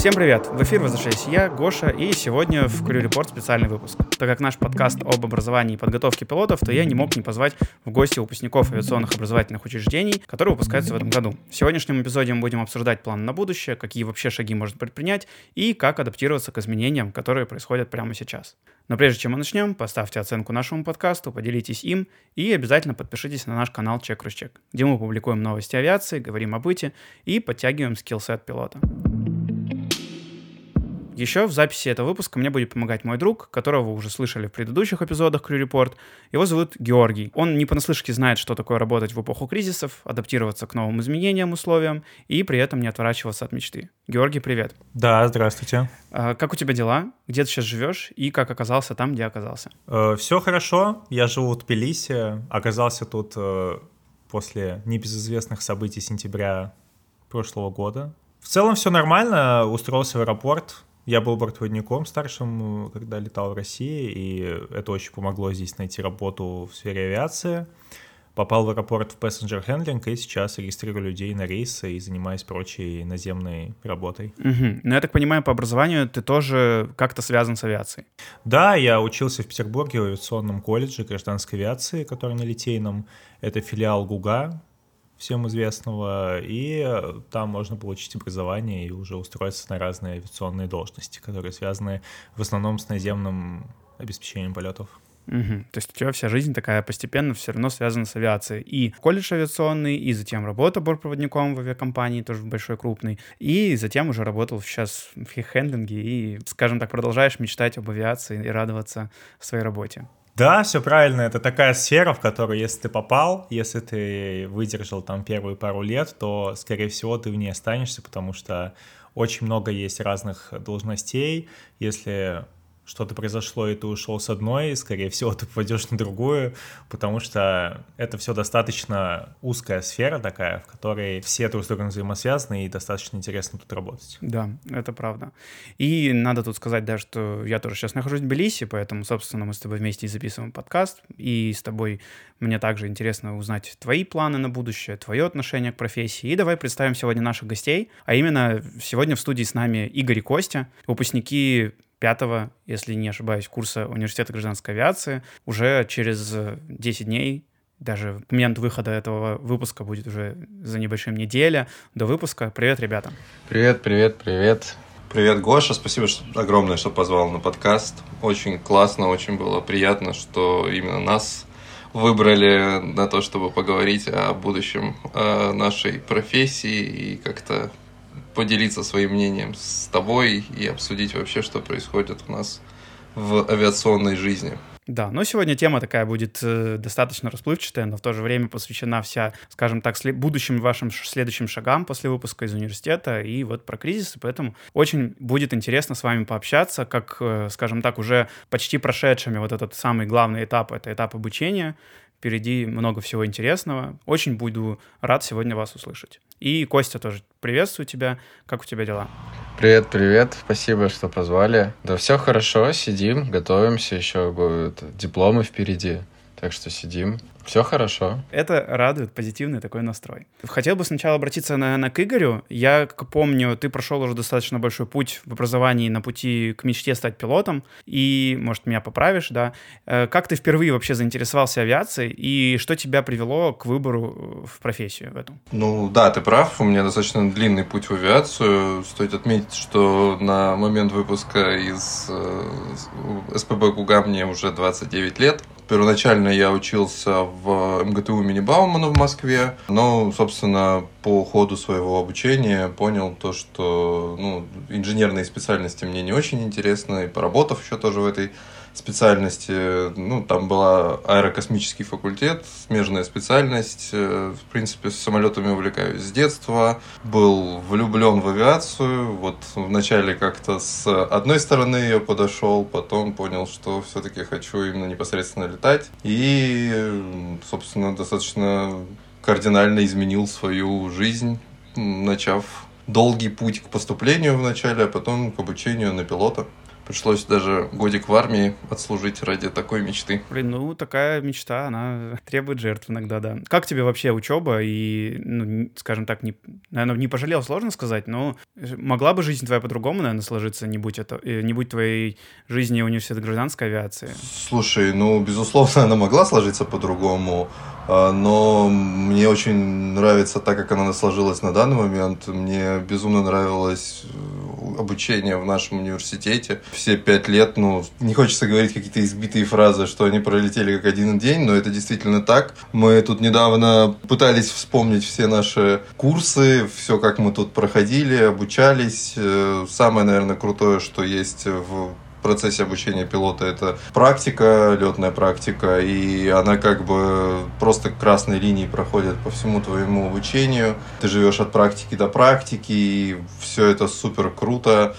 Всем привет! В эфир возвращаюсь я, Гоша, и сегодня в Crew Report специальный выпуск. Так как наш подкаст об образовании и подготовке пилотов, то я не мог не позвать в гости выпускников авиационных образовательных учреждений, которые выпускаются в этом году. В сегодняшнем эпизоде мы будем обсуждать планы на будущее, какие вообще шаги можно предпринять и как адаптироваться к изменениям, которые происходят прямо сейчас. Но прежде чем мы начнем, поставьте оценку нашему подкасту, поделитесь им и обязательно подпишитесь на наш канал Check Rus Check, где мы публикуем новости авиации, говорим о быте и подтягиваем скиллсет пилота. Еще в записи этого выпуска мне будет помогать мой друг, которого вы уже слышали в предыдущих эпизодах Crew Report. Его зовут Георгий. Он не понаслышке знает, что такое работать в эпоху кризисов, адаптироваться к новым изменениям, условиям и при этом не отворачиваться от мечты. Георгий, привет. Да, здравствуйте. Как у тебя дела? Где ты сейчас живешь и как оказался там, где оказался? Все хорошо. Я живу в Тбилиси. Оказался тут после небезызвестных событий сентября прошлого года. В целом все нормально. Устроился в аэропорт. Я был бортпроводником старшим, когда летал в России, и это очень помогло здесь найти работу в сфере авиации. Попал в аэропорт в passenger handling, и сейчас регистрирую людей на рейсы и занимаюсь прочей наземной работой. Но я так понимаю, по образованию ты тоже как-то связан с авиацией? Да, я учился в Петербурге в авиационном колледже гражданской авиации, который на Литейном. Это филиал ГУГа, всем известного, и там можно получить образование и уже устроиться на разные авиационные должности, которые связаны в основном с наземным обеспечением полетов. То есть у тебя вся жизнь такая постепенно все равно связана с авиацией. И колледж авиационный, и затем работа бортпроводником в авиакомпании, тоже большой, крупный, и затем уже работал сейчас в хендлинге и, скажем так, продолжаешь мечтать об авиации и радоваться своей работе. Да, все правильно. Это такая сфера, в которую, если ты попал, если ты выдержал там первые пару лет, то, скорее всего, ты в ней останешься, потому что очень много есть разных должностей. Если что-то произошло, и ты ушел с одной, скорее всего, ты попадешь на другую, потому что это все достаточно узкая сфера такая, в которой все друг с другом взаимосвязаны, и достаточно интересно тут работать. Да, это правда. И надо тут сказать, да, что я тоже сейчас нахожусь в Тбилиси, поэтому, собственно, мы с тобой вместе и записываем подкаст, и с тобой мне также интересно узнать твои планы на будущее, твое отношение к профессии. И давай представим сегодня наших гостей, а именно сегодня в студии с нами Игорь и Костя, выпускники 5-го, если не ошибаюсь, курса университета гражданской авиации. Уже через 10 дней, даже к моменту выхода этого выпуска будет уже за небольшим неделя до выпуска. Привет, ребята. Привет. Привет, Гоша. Спасибо огромное, что позвал на подкаст. Очень классно, очень было приятно, что именно нас выбрали на то, чтобы поговорить о будущем нашей профессии и как-то поделиться своим мнением с тобой и обсудить вообще, что происходит у нас в авиационной жизни. Да, но сегодня тема такая будет достаточно расплывчатая, но в то же время посвящена вся, скажем так, будущим вашим следующим шагам после выпуска из университета и вот про кризисы, поэтому очень будет интересно с вами пообщаться, как, скажем так, уже почти прошедшими вот этот самый главный этап, это этап обучения. Впереди много всего интересного. Очень буду рад сегодня вас услышать. И, Костя, тоже приветствую тебя. Как у тебя дела? Привет. Спасибо, что позвали. Да все хорошо, сидим, готовимся. Еще будут дипломы впереди. Так что сидим. Все хорошо. Это радует, позитивный такой настрой. Хотел бы сначала обратиться, наверное, к Игорю. Я, как помню, ты прошел уже достаточно большой путь в образовании на пути к мечте стать пилотом. И, может, меня поправишь, да. Как ты впервые вообще заинтересовался авиацией и что тебя привело к выбору в профессию в эту? Ну да, ты прав. У меня достаточно длинный путь в авиацию. Стоит отметить, что на момент выпуска из СПБ ГУГа мне уже 29 лет. Первоначально я учился в МГТУ имени Баумана в Москве, но, собственно, по ходу своего обучения понял то, что инженерные специальности мне не очень интересны, и поработав еще тоже в этой специальности, там была аэрокосмический факультет, смежная специальность, в принципе, с самолетами увлекаюсь с детства, был влюблен в авиацию, вот вначале как-то с одной стороны я подошел, потом понял, что все-таки хочу именно непосредственно летать, и, собственно, достаточно кардинально изменил свою жизнь, начав долгий путь к поступлению вначале, а потом к обучению на пилота. В Пришлось даже годик в армии отслужить ради такой мечты. Блин, ну такая мечта, она требует жертв иногда, да. Как тебе вообще учеба и, ну, скажем так, наверное, не пожалел, сложно сказать, но могла бы жизнь твоя по-другому, наверное, сложиться, не будь твоей жизни университет гражданской авиации? Слушай, ну, безусловно, она могла сложиться по-другому, но мне очень нравится так, как она сложилась на данный момент. Мне безумно нравилось обучение в нашем университете. Все 5 лет, ну, не хочется говорить какие-то избитые фразы, что они пролетели как один день, но это действительно так. Мы тут недавно пытались вспомнить все наши курсы, все, как мы тут проходили, обучались. Самое, наверное, крутое, что есть в процессе обучения пилота, это практика, летная практика, и она как бы просто красной линией проходит по всему твоему обучению. Ты живешь от практики до практики, и все это супер круто,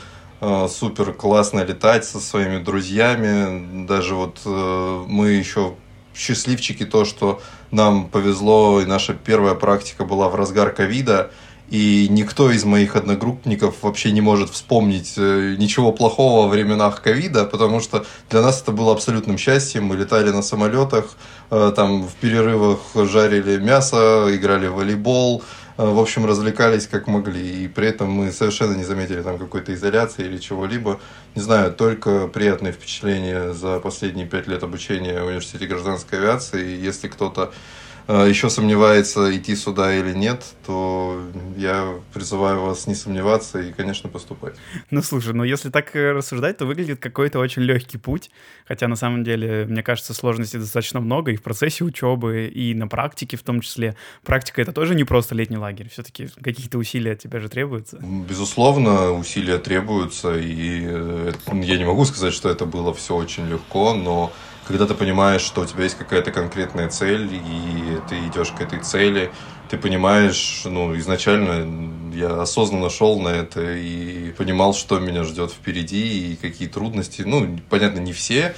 супер классно летать со своими друзьями. Даже вот мы еще счастливчики то, что нам повезло, и наша первая практика была в разгар ковида. И никто из моих одногруппников вообще не может вспомнить ничего плохого во временах ковида, потому что для нас это было абсолютным счастьем. Мы летали на самолетах, там в перерывах жарили мясо, играли в волейбол, в общем, развлекались как могли. И при этом мы совершенно не заметили там какой-то изоляции или чего-либо. Не знаю, только приятные впечатления за последние 5 лет обучения в университете гражданской авиации. И если кто-то еще сомневается, идти сюда или нет, то я призываю вас не сомневаться и, конечно, поступать. Ну, слушай, ну если так рассуждать, то выглядит какой-то очень легкий путь, хотя на самом деле, мне кажется, сложностей достаточно много и в процессе учебы, и на практике в том числе. Практика — это тоже не просто летний лагерь, все-таки какие-то усилия от тебя же требуются. Безусловно, усилия требуются, и я не могу сказать, что это было все очень легко, но когда ты понимаешь, что у тебя есть какая-то конкретная цель, и ты идешь к этой цели, ты понимаешь, ну, изначально я осознанно шел на это и понимал, что меня ждет впереди, и какие трудности. Ну, понятно, не все,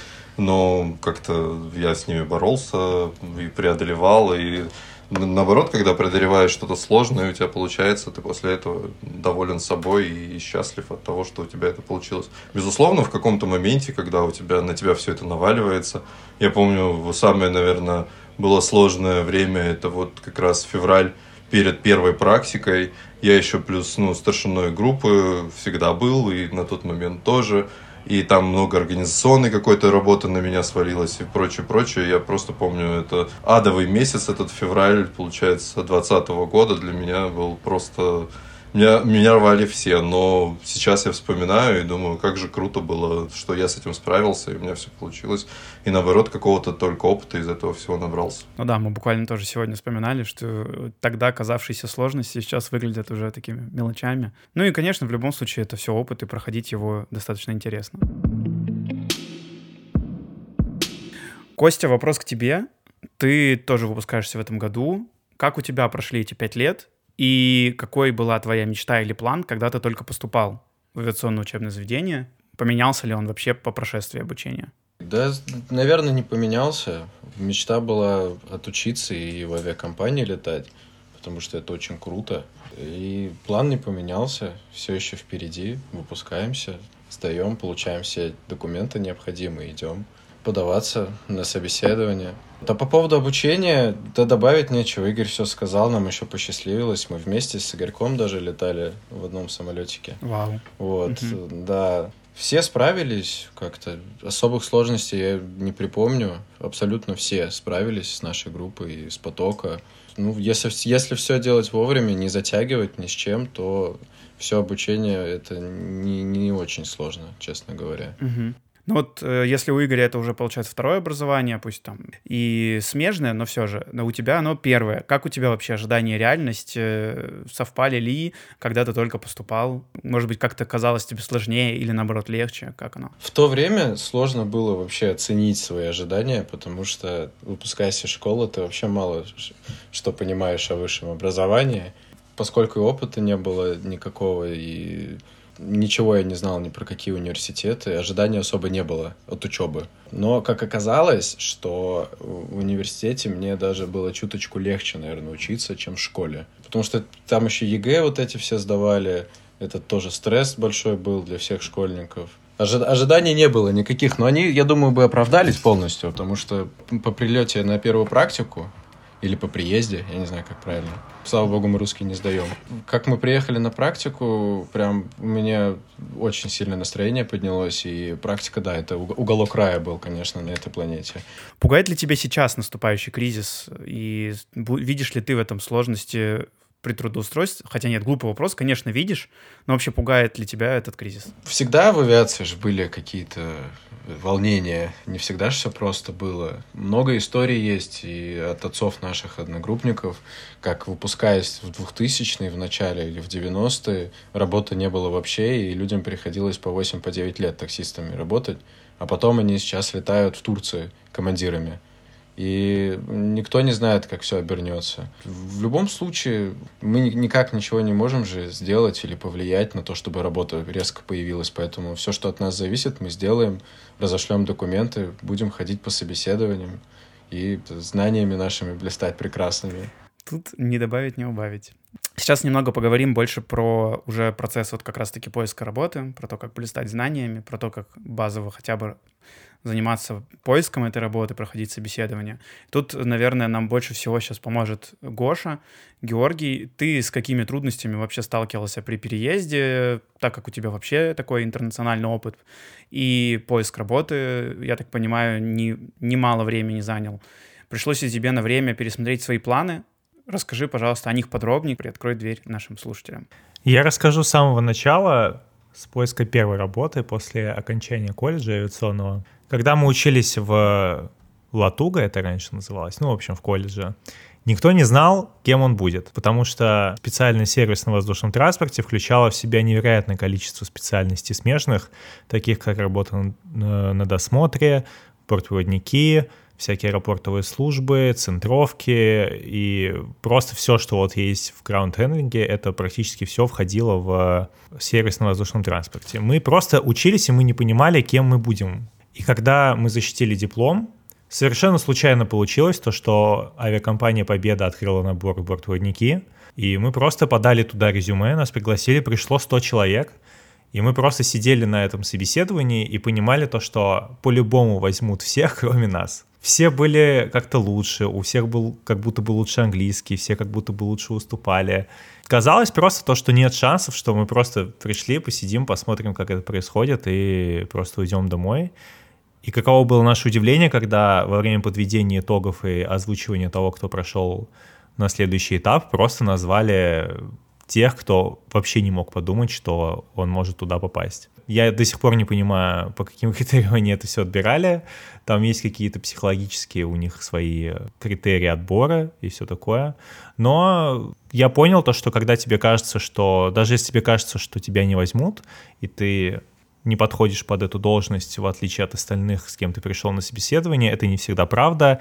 но как-то я с ними боролся и преодолевал, и наоборот, когда преодолеваешь что-то сложное, у тебя получается, ты после этого доволен собой и счастлив от того, что у тебя это получилось. Безусловно, в каком-то моменте, когда на тебя все это наваливается, я помню, самое, наверное, было сложное время, это вот как раз февраль перед первой практикой. Я еще плюс, старшиной группы всегда был, и на тот момент тоже. И там много организационной какой-то работы на меня свалилось и прочее. Я просто помню, это адовый месяц, этот февраль, получается, 2020 года для меня был просто... Меня рвали все, но сейчас я вспоминаю и думаю, как же круто было, что я с этим справился, и у меня все получилось. И наоборот, какого-то только опыта из этого всего набрался. Ну да, мы буквально тоже сегодня вспоминали, что тогда казавшиеся сложности сейчас выглядят уже такими мелочами. Ну и, конечно, в любом случае это все опыт, и проходить его достаточно интересно. Костя, вопрос к тебе. Ты тоже выпускаешься в этом году. Как у тебя прошли эти 5 лет? И какой была твоя мечта или план, когда ты только поступал в авиационное учебное заведение? Поменялся ли он вообще по прошествии обучения? Да, наверное, не поменялся. Мечта была отучиться и в авиакомпании летать, потому что это очень круто. И план не поменялся, все еще впереди, выпускаемся, сдаем, получаем все документы необходимые, идем подаваться на собеседование. А по поводу обучения, да добавить нечего. Игорь все сказал, нам еще посчастливилось. Мы вместе с Игорьком даже летали в одном самолетике. Вау. Вот, да. Все справились как-то. Особых сложностей я не припомню. Абсолютно все справились с нашей группой и с потока. Ну, если все делать вовремя, не затягивать ни с чем, то все обучение это не очень сложно, честно говоря. Ну вот если у Игоря это уже, получается, второе образование, пусть там и смежное, но все же, но у тебя оно первое. Как у тебя вообще ожидания и реальность совпали ли, когда ты только поступал? Может быть, как-то казалось тебе сложнее или, наоборот, легче? Как оно? В то время сложно было вообще оценить свои ожидания, потому что, выпускаясь из школы, ты вообще мало что понимаешь о высшем образовании. Поскольку и опыта не было никакого, и... Ничего я не знал ни про какие университеты, ожиданий особо не было от учебы. Но, как оказалось, что в университете мне даже было чуточку легче, наверное, учиться, чем в школе. Потому что там еще ЕГЭ вот эти все сдавали, это тоже стресс большой был для всех школьников. Ожиданий не было никаких, но они, я думаю, бы оправдались полностью, потому что по прилете на первую практику или по приезде, я не знаю, как правильно. Слава богу, мы русский не сдаем. Как мы приехали на практику, прям у меня очень сильное настроение поднялось, и практика, да, это уголок рая был, конечно, на этой планете. Пугает ли тебя сейчас наступающий кризис, и видишь ли ты в этом сложности при трудоустройстве? Хотя нет, глупый вопрос, конечно, видишь, но вообще пугает ли тебя этот кризис? Всегда в авиации же были какие-то волнения, не всегда же все просто было. Много историй есть и от отцов наших одногруппников, как выпускаясь в 2000-е в начале или в 90-е, работы не было вообще, и людям приходилось по 8-9 лет таксистами работать, а потом они сейчас летают в Турции командирами. И никто не знает, как все обернется. В любом случае, мы никак ничего не можем же сделать или повлиять на то, чтобы работа резко появилась. Поэтому все, что от нас зависит, мы сделаем, разошлем документы, будем ходить по собеседованиям и знаниями нашими блистать прекрасными. Тут не добавить, не убавить. Сейчас немного поговорим больше про уже процесс вот как раз-таки поиска работы, про то, как блистать знаниями, про то, как базово хотя бы заниматься поиском этой работы, проходить собеседование. Тут, наверное, нам больше всего сейчас поможет Гоша. Георгий, ты с какими трудностями вообще сталкивался при переезде, так как у тебя вообще такой интернациональный опыт, и поиск работы, я так понимаю, немало времени занял. Пришлось ли тебе на время пересмотреть свои планы? Расскажи, пожалуйста, о них подробнее, приоткрой дверь нашим слушателям. Я расскажу с самого начала, с поиска первой работы после окончания колледжа авиационного. Когда мы учились в Латуга, это раньше называлось, в общем, в колледже, никто не знал, кем он будет, потому что специальный сервис на воздушном транспорте включала в себя невероятное количество специальностей смежных, таких как работа на досмотре, бортпроводники, всякие аэропортовые службы, центровки и просто все, что вот есть в граунд-хендлинге, это практически все входило в сервис на воздушном транспорте. Мы просто учились, и мы не понимали, кем мы будем. И когда мы защитили диплом, совершенно случайно получилось то, что авиакомпания «Победа» открыла набор в бортпроводники, и мы просто подали туда резюме, нас пригласили, пришло 100 человек, и мы просто сидели на этом собеседовании и понимали то, что по-любому возьмут всех, кроме нас. Все были как-то лучше, у всех был как будто бы лучше английский, все как будто бы лучше выступали. Казалось просто то, что нет шансов, что мы просто пришли, посидим, посмотрим, как это происходит, и просто уйдем домой. И каково было наше удивление, когда во время подведения итогов и озвучивания того, кто прошел на следующий этап, просто назвали тех, кто вообще не мог подумать, что он может туда попасть. Я до сих пор не понимаю, по каким критериям они это все отбирали. Там есть какие-то психологические у них свои критерии отбора и все такое. Но я понял то, что когда тебе кажется, что... Даже если тебе кажется, что тебя не возьмут, и ты не подходишь под эту должность, в отличие от остальных, с кем ты пришел на собеседование, это не всегда правда,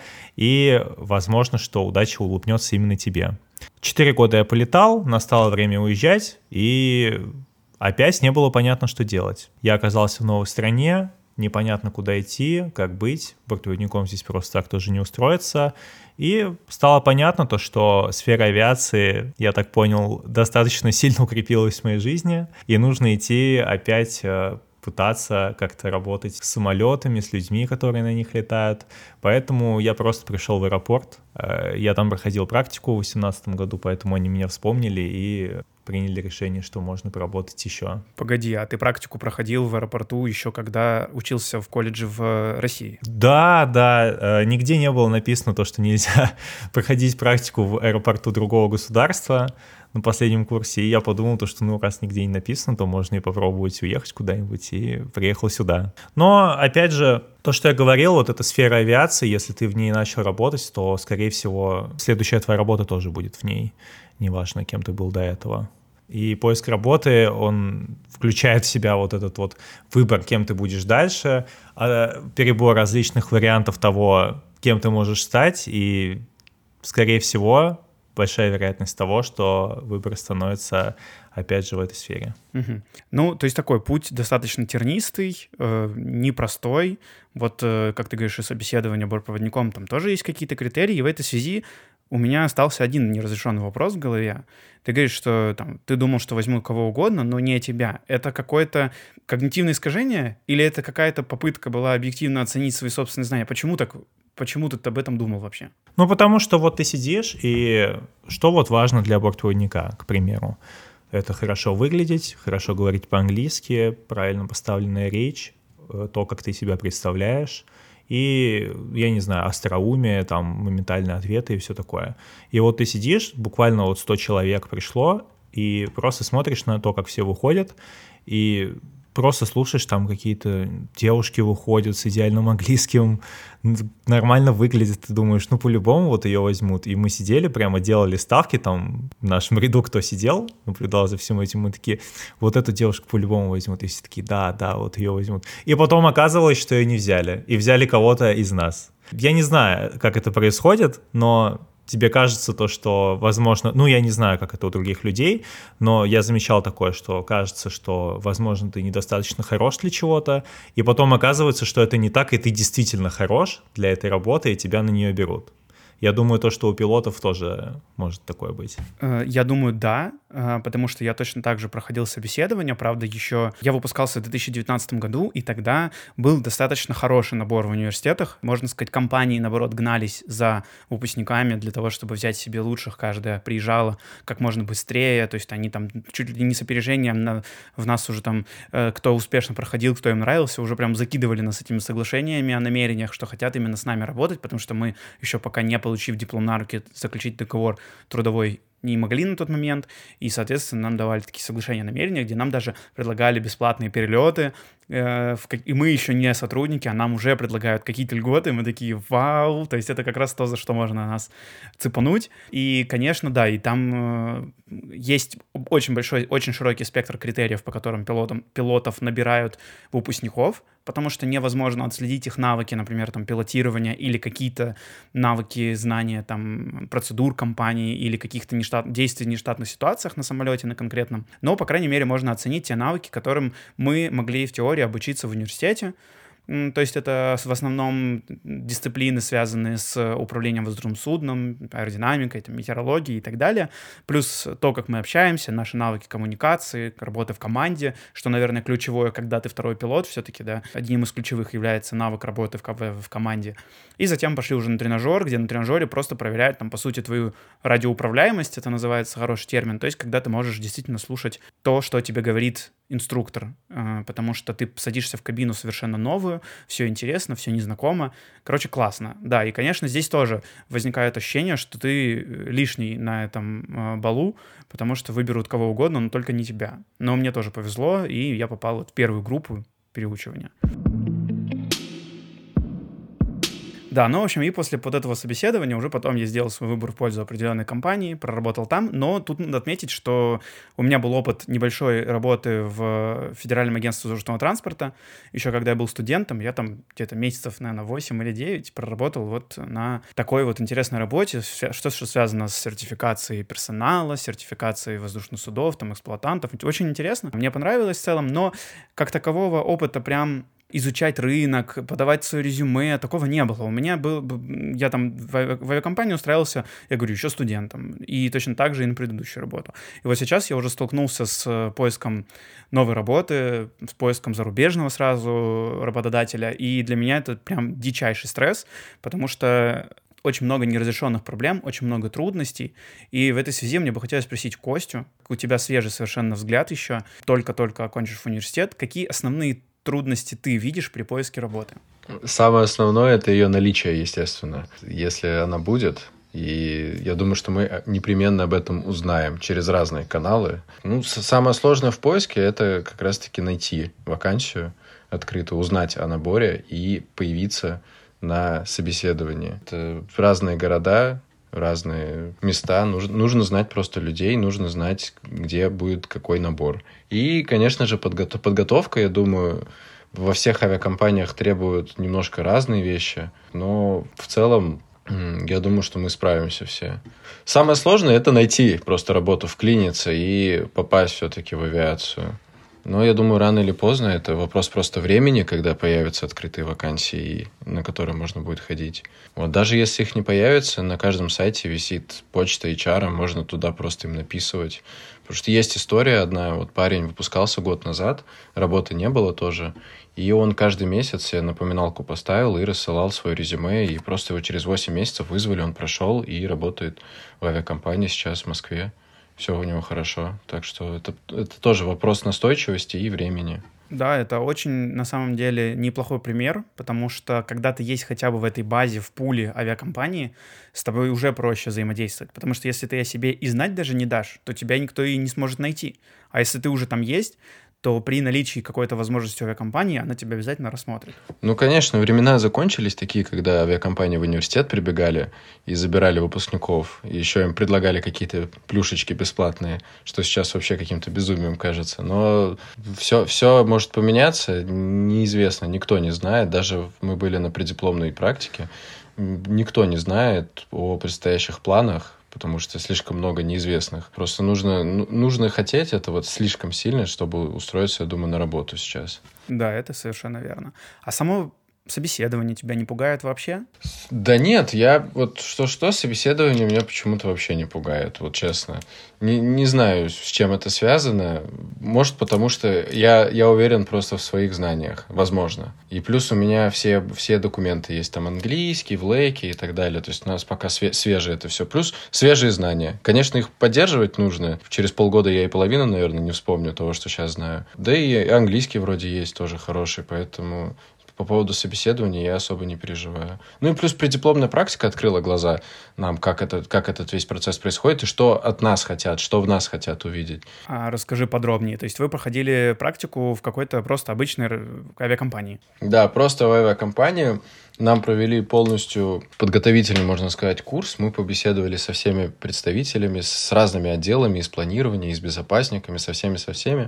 и возможно, что удача улыбнется именно тебе. 4 года я полетал, настало время уезжать, и опять не было понятно, что делать. Я оказался в новой стране, непонятно, куда идти, как быть, бортпроводником здесь просто так тоже не устроиться, и стало понятно то, что сфера авиации, я так понял, достаточно сильно укрепилась в моей жизни, и нужно идти опять пытаться как-то работать с самолетами, с людьми, которые на них летают. Поэтому я просто пришел в аэропорт. Я там проходил практику в 2018 году, поэтому они меня вспомнили и приняли решение, что можно поработать еще. Погоди, а ты практику проходил в аэропорту еще когда учился в колледже в России? Да, нигде не было написано то, что нельзя проходить практику в аэропорту другого государства на последнем курсе, и я подумал, то, что раз нигде не написано, то можно и попробовать уехать куда-нибудь, и приехал сюда. Но, опять же, то, что я говорил, вот эта сфера авиации, если ты в ней начал работать, то, скорее всего, следующая твоя работа тоже будет в ней, неважно, кем ты был до этого. И поиск работы, он включает в себя вот этот вот выбор, кем ты будешь дальше, перебор различных вариантов того, кем ты можешь стать, и, скорее всего, большая вероятность того, что выбор становится, опять же, в этой сфере. Угу. Ну, то есть такой путь достаточно тернистый, непростой. Вот, как ты говоришь, и собеседование бортпроводником, там тоже есть какие-то критерии. И в этой связи у меня остался один неразрешенный вопрос в голове. Ты говоришь, что там, ты думал, что возьму кого угодно, но не тебя. Это какое-то когнитивное искажение или это какая-то попытка была объективно оценить свои собственные знания? Почему так? Почему ты об этом думал вообще? Ну, потому что вот ты сидишь, и что вот важно для бортпроводника, к примеру? Это хорошо выглядеть, хорошо говорить по-английски, правильно поставленная речь, то, как ты себя представляешь, и, я не знаю, остроумие, там, моментальные ответы и все такое. И вот ты сидишь, буквально вот 100 человек пришло, и просто смотришь на то, как все выходят, и просто слушаешь, там какие-то девушки выходят с идеальным английским, нормально выглядят, ты думаешь, ну, по-любому вот ее возьмут. И мы сидели, прямо делали ставки, там, в нашем ряду кто сидел, наблюдал за всем этим, мы такие, вот эту девушку по-любому возьмут. И все такие, да, вот ее возьмут. И потом оказывалось, что ее не взяли, и взяли кого-то из нас. Я не знаю, как это происходит, но тебе кажется то, что, возможно, ну, я не знаю, как это у других людей, но я замечал такое, что кажется, что, возможно, ты недостаточно хорош для чего-то, и потом оказывается, что это не так, и ты действительно хорош для этой работы, и тебя на нее берут. Я думаю, то, что у пилотов тоже может такое быть. Я думаю, да, потому что я точно так же проходил собеседование, правда, еще я выпускался в 2019 году, и тогда был достаточно хороший набор в университетах. Можно сказать, компании, наоборот, гнались за выпускниками для того, чтобы взять себе лучших. Каждая приезжала как можно быстрее, то есть они там чуть ли не с опережением в нас уже там, кто успешно проходил, кто им нравился, уже прям закидывали нас этими соглашениями о намерениях, что хотят именно с нами работать, потому что мы еще пока не получив диплом на руки, заключить договор трудовой не могли на тот момент, и, соответственно, нам давали такие соглашения о намерениях, где нам даже предлагали бесплатные перелеты, и мы еще не сотрудники, а нам уже предлагают какие-то льготы, и мы такие, вау, то есть это как раз то, за что можно нас цепануть, и, конечно, да, и там есть очень большой, очень широкий спектр критериев, по которым пилотов набирают выпускников, потому что невозможно отследить их навыки, например, там, пилотирования или какие-то навыки, знания, там, процедур компании или каких-то действий в нештатных ситуациях на самолете, на конкретном. Но, по крайней мере, можно оценить те навыки, которым мы могли в теории обучиться в университете. То есть это в основном дисциплины, связанные с управлением воздушным судном, аэродинамикой, там, метеорологией и так далее. Плюс то, как мы общаемся, наши навыки коммуникации, работы в команде, что, наверное, ключевое, когда ты второй пилот, все-таки, да, одним из ключевых является навык работы в команде. И затем пошли уже на тренажер, где на тренажере просто проверяют, там, по сути, твою радиоуправляемость, это называется хороший термин, то есть когда ты можешь действительно слушать то, что тебе говорит инструктор, потому что ты садишься в кабину совершенно новую, все интересно, все незнакомо. Короче, классно. Да, и, конечно, здесь тоже возникает ощущение, что ты лишний на этом балу, потому что выберут кого угодно, но только не тебя. Но мне тоже повезло, и я попал в первую группу переучивания. Да, ну, в общем, и после вот этого собеседования уже потом я сделал свой выбор в пользу определенной компании, проработал там, но тут надо отметить, что у меня был опыт небольшой работы в Федеральном агентстве воздушного транспорта. Еще когда я был студентом, я там где-то месяцев, наверное, 8 или 9 проработал вот на такой вот интересной работе, что связано с сертификацией персонала, сертификацией воздушных судов, там, эксплуатантов. Очень интересно, мне понравилось в целом, но как такового опыта прям изучать рынок, подавать свое резюме, такого не было. У меня я там в авиакомпании устраивался, я говорю, еще студентом, и точно так же и на предыдущую работу. И вот сейчас я уже столкнулся с поиском новой работы, с поиском зарубежного сразу работодателя, и для меня это прям дичайший стресс, потому что очень много неразрешенных проблем, очень много трудностей. И в этой связи мне бы хотелось спросить Костю, у тебя свежий совершенно взгляд еще, только-только окончив университет, какие основные трудности ты видишь при поиске работы? Самое основное – это ее наличие, естественно. Если она будет, и я думаю, что мы непременно об этом узнаем через разные каналы. Ну, самое сложное в поиске – это как раз-таки найти вакансию открытую, узнать о наборе и появиться на собеседовании. Это разные города, разные места. Нужно знать просто людей, нужно знать, где будет какой набор. И, конечно же, подготовка, я думаю, во всех авиакомпаниях требуют немножко разные вещи, но в целом я думаю, что мы справимся все. Самое сложное – это найти просто работу, вклиниться и попасть все-таки в авиацию. Но я думаю, рано или поздно это вопрос просто времени, когда появятся открытые вакансии, на которые можно будет ходить. Вот даже если их не появится, на каждом сайте висит почта HR, можно туда просто им написывать. Потому что есть история одна, вот парень выпускался год назад, работы не было тоже, и он каждый месяц себе напоминалку поставил и рассылал свое резюме, и просто его через 8 месяцев вызвали, он прошел и работает в авиакомпании сейчас в Москве. Все у него хорошо. Так что это тоже вопрос настойчивости и времени. Да, это очень, на самом деле, неплохой пример, потому что когда ты есть хотя бы в этой базе, в пуле авиакомпании, с тобой уже проще взаимодействовать. Потому что если ты о себе и знать даже не дашь, то тебя никто и не сможет найти. А если ты уже там есть, то при наличии какой-то возможности авиакомпании она тебя обязательно рассмотрит. Ну, конечно, времена закончились такие, когда авиакомпании в университет прибегали и забирали выпускников, и еще им предлагали какие-то плюшечки бесплатные, что сейчас вообще каким-то безумием кажется. Но все может поменяться, неизвестно, никто не знает. Даже мы были на преддипломной практике, никто не знает о предстоящих планах, потому что слишком много неизвестных. Просто нужно хотеть это вот слишком сильно, чтобы устроиться, я думаю, на работу сейчас. Да, это совершенно верно. А само собеседование тебя не пугает вообще? Да нет, я вот что собеседование меня почему-то вообще не пугает, вот честно. Не знаю, с чем это связано. Может, потому что я уверен просто в своих знаниях, возможно. И плюс у меня все документы есть, там английский, в Лейке и так далее. То есть у нас пока свежее это все. Плюс свежие знания. Конечно, их поддерживать нужно. Через полгода я и половину, наверное, не вспомню того, что сейчас знаю. Да и английский вроде есть тоже хороший, поэтому... По поводу собеседования я особо не переживаю. Ну и плюс преддипломная практика открыла глаза нам, как этот весь процесс происходит и что от нас хотят, что в нас хотят увидеть. А расскажи подробнее. То есть вы проходили практику в какой-то просто обычной авиакомпании? Да, просто в авиакомпании. Нам провели полностью подготовительный, можно сказать, курс. Мы побеседовали со всеми представителями, с разными отделами, из планирования, и с безопасниками, со всеми.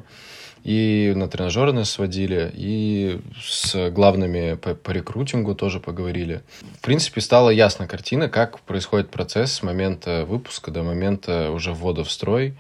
И на тренажеры нас сводили, и с главными по рекрутингу тоже поговорили. В принципе, стала ясна картина, как происходит процесс с момента выпуска до момента уже ввода в строй.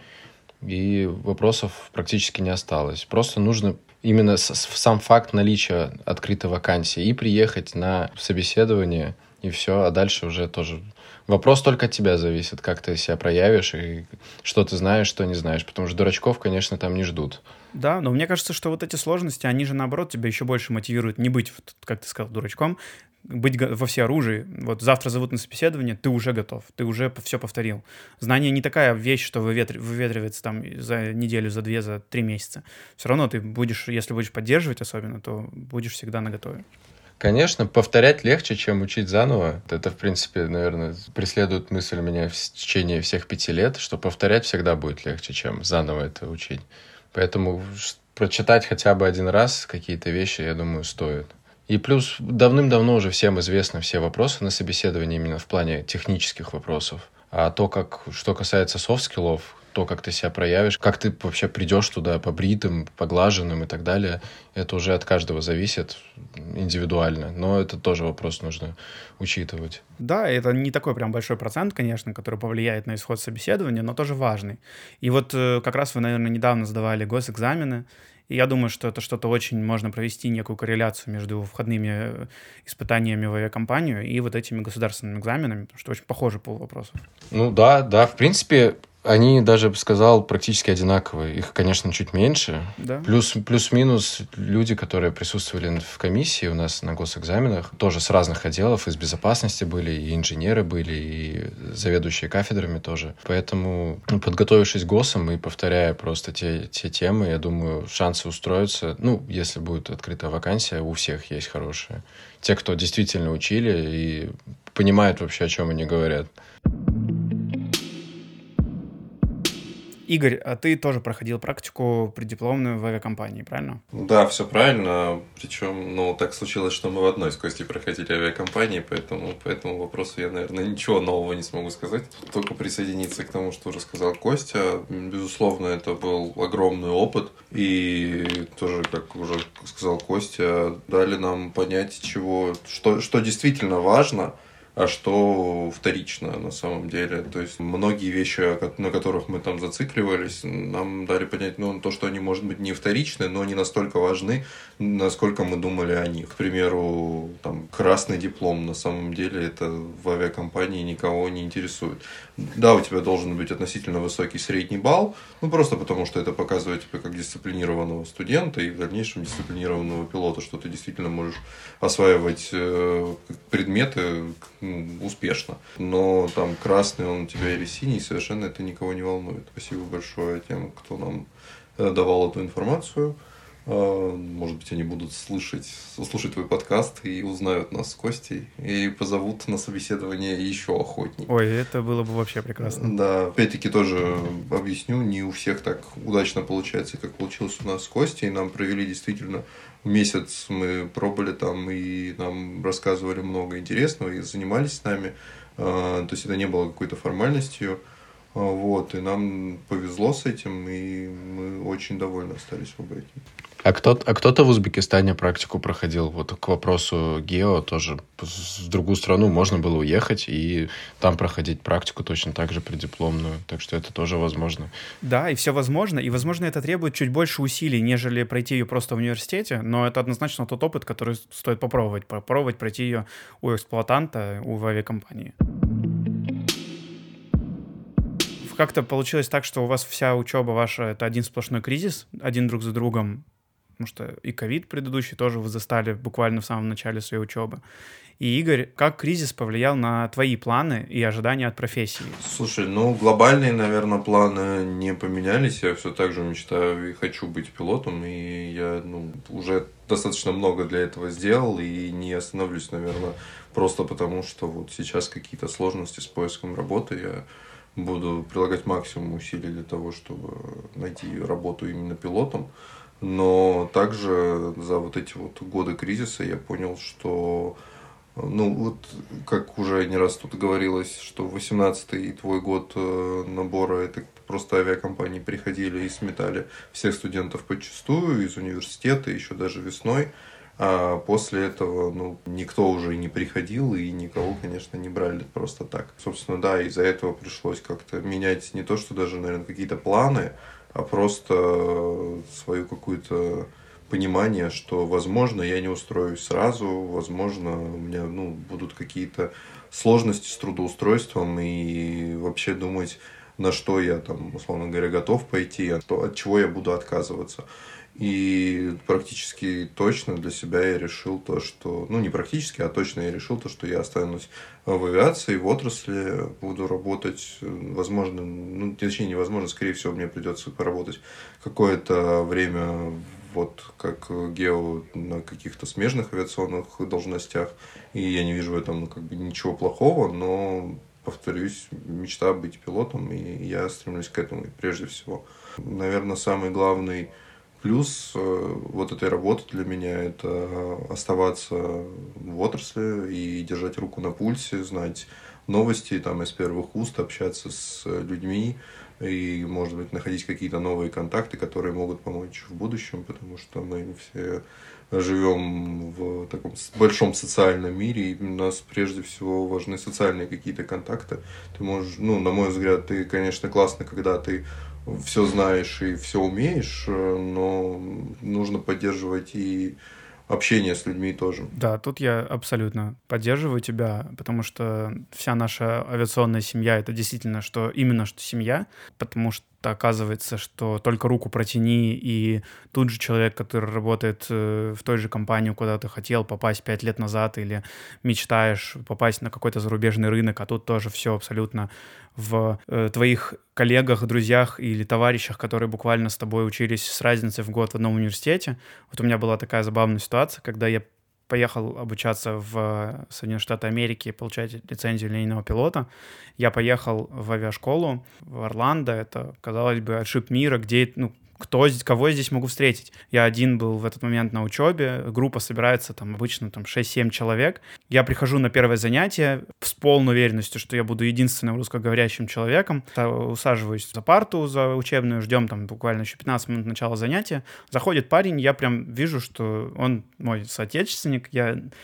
И вопросов практически не осталось. Просто нужно именно сам факт наличия открытой вакансии и приехать на собеседование, и все. А дальше уже тоже... Вопрос только от тебя зависит, как ты себя проявишь и что ты знаешь, что не знаешь. Потому что дурачков, конечно, там не ждут. Да, но мне кажется, что вот эти сложности, они же, наоборот, тебя еще больше мотивируют не быть, как ты сказал, дурачком, быть во всеоружии. Вот завтра зовут на собеседование, ты уже готов, ты уже все повторил. Знание не такая вещь, что выветривается там за неделю, за 2, за 3 месяца. Все равно ты будешь, если будешь поддерживать особенно, то будешь всегда наготове. Конечно, повторять легче, чем учить заново. Это, в принципе, наверное, преследует мысль меня в течение всех 5 лет, что повторять всегда будет легче, чем заново это учить. Поэтому прочитать хотя бы один раз какие-то вещи, я думаю, стоит. И плюс давным-давно уже всем известны все вопросы на собеседовании именно в плане технических вопросов. А что касается софт-скиллов, то, как ты себя проявишь, как ты вообще придешь туда побритым, поглаженным и так далее, это уже от каждого зависит индивидуально. Но это тоже вопрос нужно учитывать. Да, это не такой прям большой процент, конечно, который повлияет на исход собеседования, но тоже важный. И вот как раз вы, наверное, недавно сдавали госэкзамены, и я думаю, что это что-то очень можно провести, некую корреляцию между входными испытаниями в авиакомпанию и вот этими государственными экзаменами, потому что очень похожий пул вопросов. Ну да, в принципе, они даже, я бы сказал, практически одинаковые. Их, конечно, чуть меньше. Да. Плюс-минус люди, которые присутствовали в комиссии у нас на госэкзаменах, тоже с разных отделов, из безопасности были, и инженеры были, и заведующие кафедрами тоже. Поэтому, подготовившись к ГОСам и повторяя просто те темы, я думаю, шансы устроиться, если будет открытая вакансия, у всех есть хорошие. Те, кто действительно учили и понимают вообще, о чем они говорят. Игорь, а ты тоже проходил практику преддипломную в авиакомпании, правильно? Да, все правильно. Причем, так случилось, что мы в одной с Костей проходили авиакомпании, поэтому по этому вопросу я, наверное, ничего нового не смогу сказать. Только присоединиться к тому, что уже сказал Костя. Безусловно, это был огромный опыт. И тоже, как уже сказал Костя, дали нам понять, что действительно важно а что вторично на самом деле. То есть многие вещи, на которых мы там зацикливались, нам дали понять, ну, то, что они, может быть, не вторичны, но не настолько важны, насколько мы думали о них. К примеру, там, красный диплом, на самом деле, это в авиакомпании никого не интересует. Да, у тебя должен быть относительно высокий средний балл, ну, просто потому, что это показывает тебя как дисциплинированного студента и в дальнейшем дисциплинированного пилота, что ты действительно можешь осваивать предметы успешно. Но там красный он у тебя или синий, совершенно это никого не волнует. Спасибо большое тем, кто нам давал эту информацию. Может быть, они будут слушать твой подкаст и узнают нас с Костей и позовут на собеседование еще охотнее. Ой, это было бы вообще прекрасно. Да, опять-таки тоже объясню, не у всех так удачно получается, как получилось у нас с Костей. Нам провели действительно месяц, мы пробовали там и нам рассказывали много интересного и занимались с нами. То есть это не было какой-то формальностью. Вот, и нам повезло с этим, и мы очень довольны остались в ОБЭКе. А кто-то в Узбекистане практику проходил? Вот к вопросу гео тоже. В другую страну можно было уехать и там проходить практику точно так же преддипломную. Так что это тоже возможно. Да, и все возможно. И, возможно, это требует чуть больше усилий, нежели пройти ее просто в университете. Но это однозначно тот опыт, который стоит попробовать. Попробовать пройти ее у эксплуатанта, у авиакомпании. Как-то получилось так, что у вас вся учеба ваша — это один сплошной кризис, один друг за другом, потому что и ковид предыдущий тоже вы застали буквально в самом начале своей учебы. И, Игорь, как кризис повлиял на твои планы и ожидания от профессии? Слушай, ну, глобальные, наверное, планы не поменялись. Я все так же мечтаю и хочу быть пилотом, и я, уже достаточно много для этого сделал, и не остановлюсь, наверное, просто потому, что вот сейчас какие-то сложности с поиском работы. Я буду прилагать максимум усилий для того, чтобы найти работу именно пилотом. Но также за вот эти вот годы кризиса я понял, что, как уже не раз тут говорилось, что 18-й твой год набора, это просто авиакомпании приходили и сметали всех студентов подчистую из университета, еще даже весной. А после этого, никто уже не приходил и никого, конечно, не брали просто так. Собственно, да, из-за этого пришлось как-то менять не то, что даже, наверное, какие-то планы, а просто свое какое-то понимание, что, возможно, я не устроюсь сразу, возможно, у меня, будут какие-то сложности с трудоустройством и вообще думать, на что я там, условно говоря, готов пойти, от чего я буду отказываться. И практически точно для себя я решил то, что... не практически, а точно я решил то, что я останусь в авиации, в отрасли, буду работать, возможно, точнее, невозможно, скорее всего, мне придется поработать какое-то время вот как гео на каких-то смежных авиационных должностях. И я не вижу в этом ничего плохого, но, повторюсь, мечта быть пилотом, и я стремлюсь к этому прежде всего. Наверное, самый главный плюс вот этой работы для меня — это оставаться в отрасли и держать руку на пульсе, знать новости там из первых уст, общаться с людьми и, может быть, находить какие-то новые контакты, которые могут помочь в будущем, потому что мы все живем в таком большом социальном мире, и у нас прежде всего важны социальные какие-то контакты. Ты можешь, на мой взгляд, ты, конечно, классно, когда ты все знаешь и все умеешь, но нужно поддерживать и общение с людьми тоже. Да, тут я абсолютно поддерживаю тебя, потому что вся наша авиационная семья — это действительно именно что семья, потому что оказывается, что только руку протяни, и тут же человек, который работает в той же компании, куда ты хотел попасть 5 лет назад, или мечтаешь попасть на какой-то зарубежный рынок, а тут тоже все абсолютно в твоих коллегах, друзьях или товарищах, которые буквально с тобой учились с разницей в год в одном университете. Вот у меня была такая забавная ситуация, когда я поехал обучаться в Соединенные Штаты Америки, получать лицензию линейного пилота. Я поехал в авиашколу в Орландо. Это, казалось бы, отшиб мира, где, кого я здесь могу встретить? Я один был в этот момент на учебе, группа собирается обычно 6-7 человек. Я прихожу на первое занятие с полной уверенностью, что я буду единственным русскоговорящим человеком. Усаживаюсь за парту, за учебную, ждем буквально еще 15 минут начала занятия. Заходит парень, я прям вижу, что он мой соотечественник. Я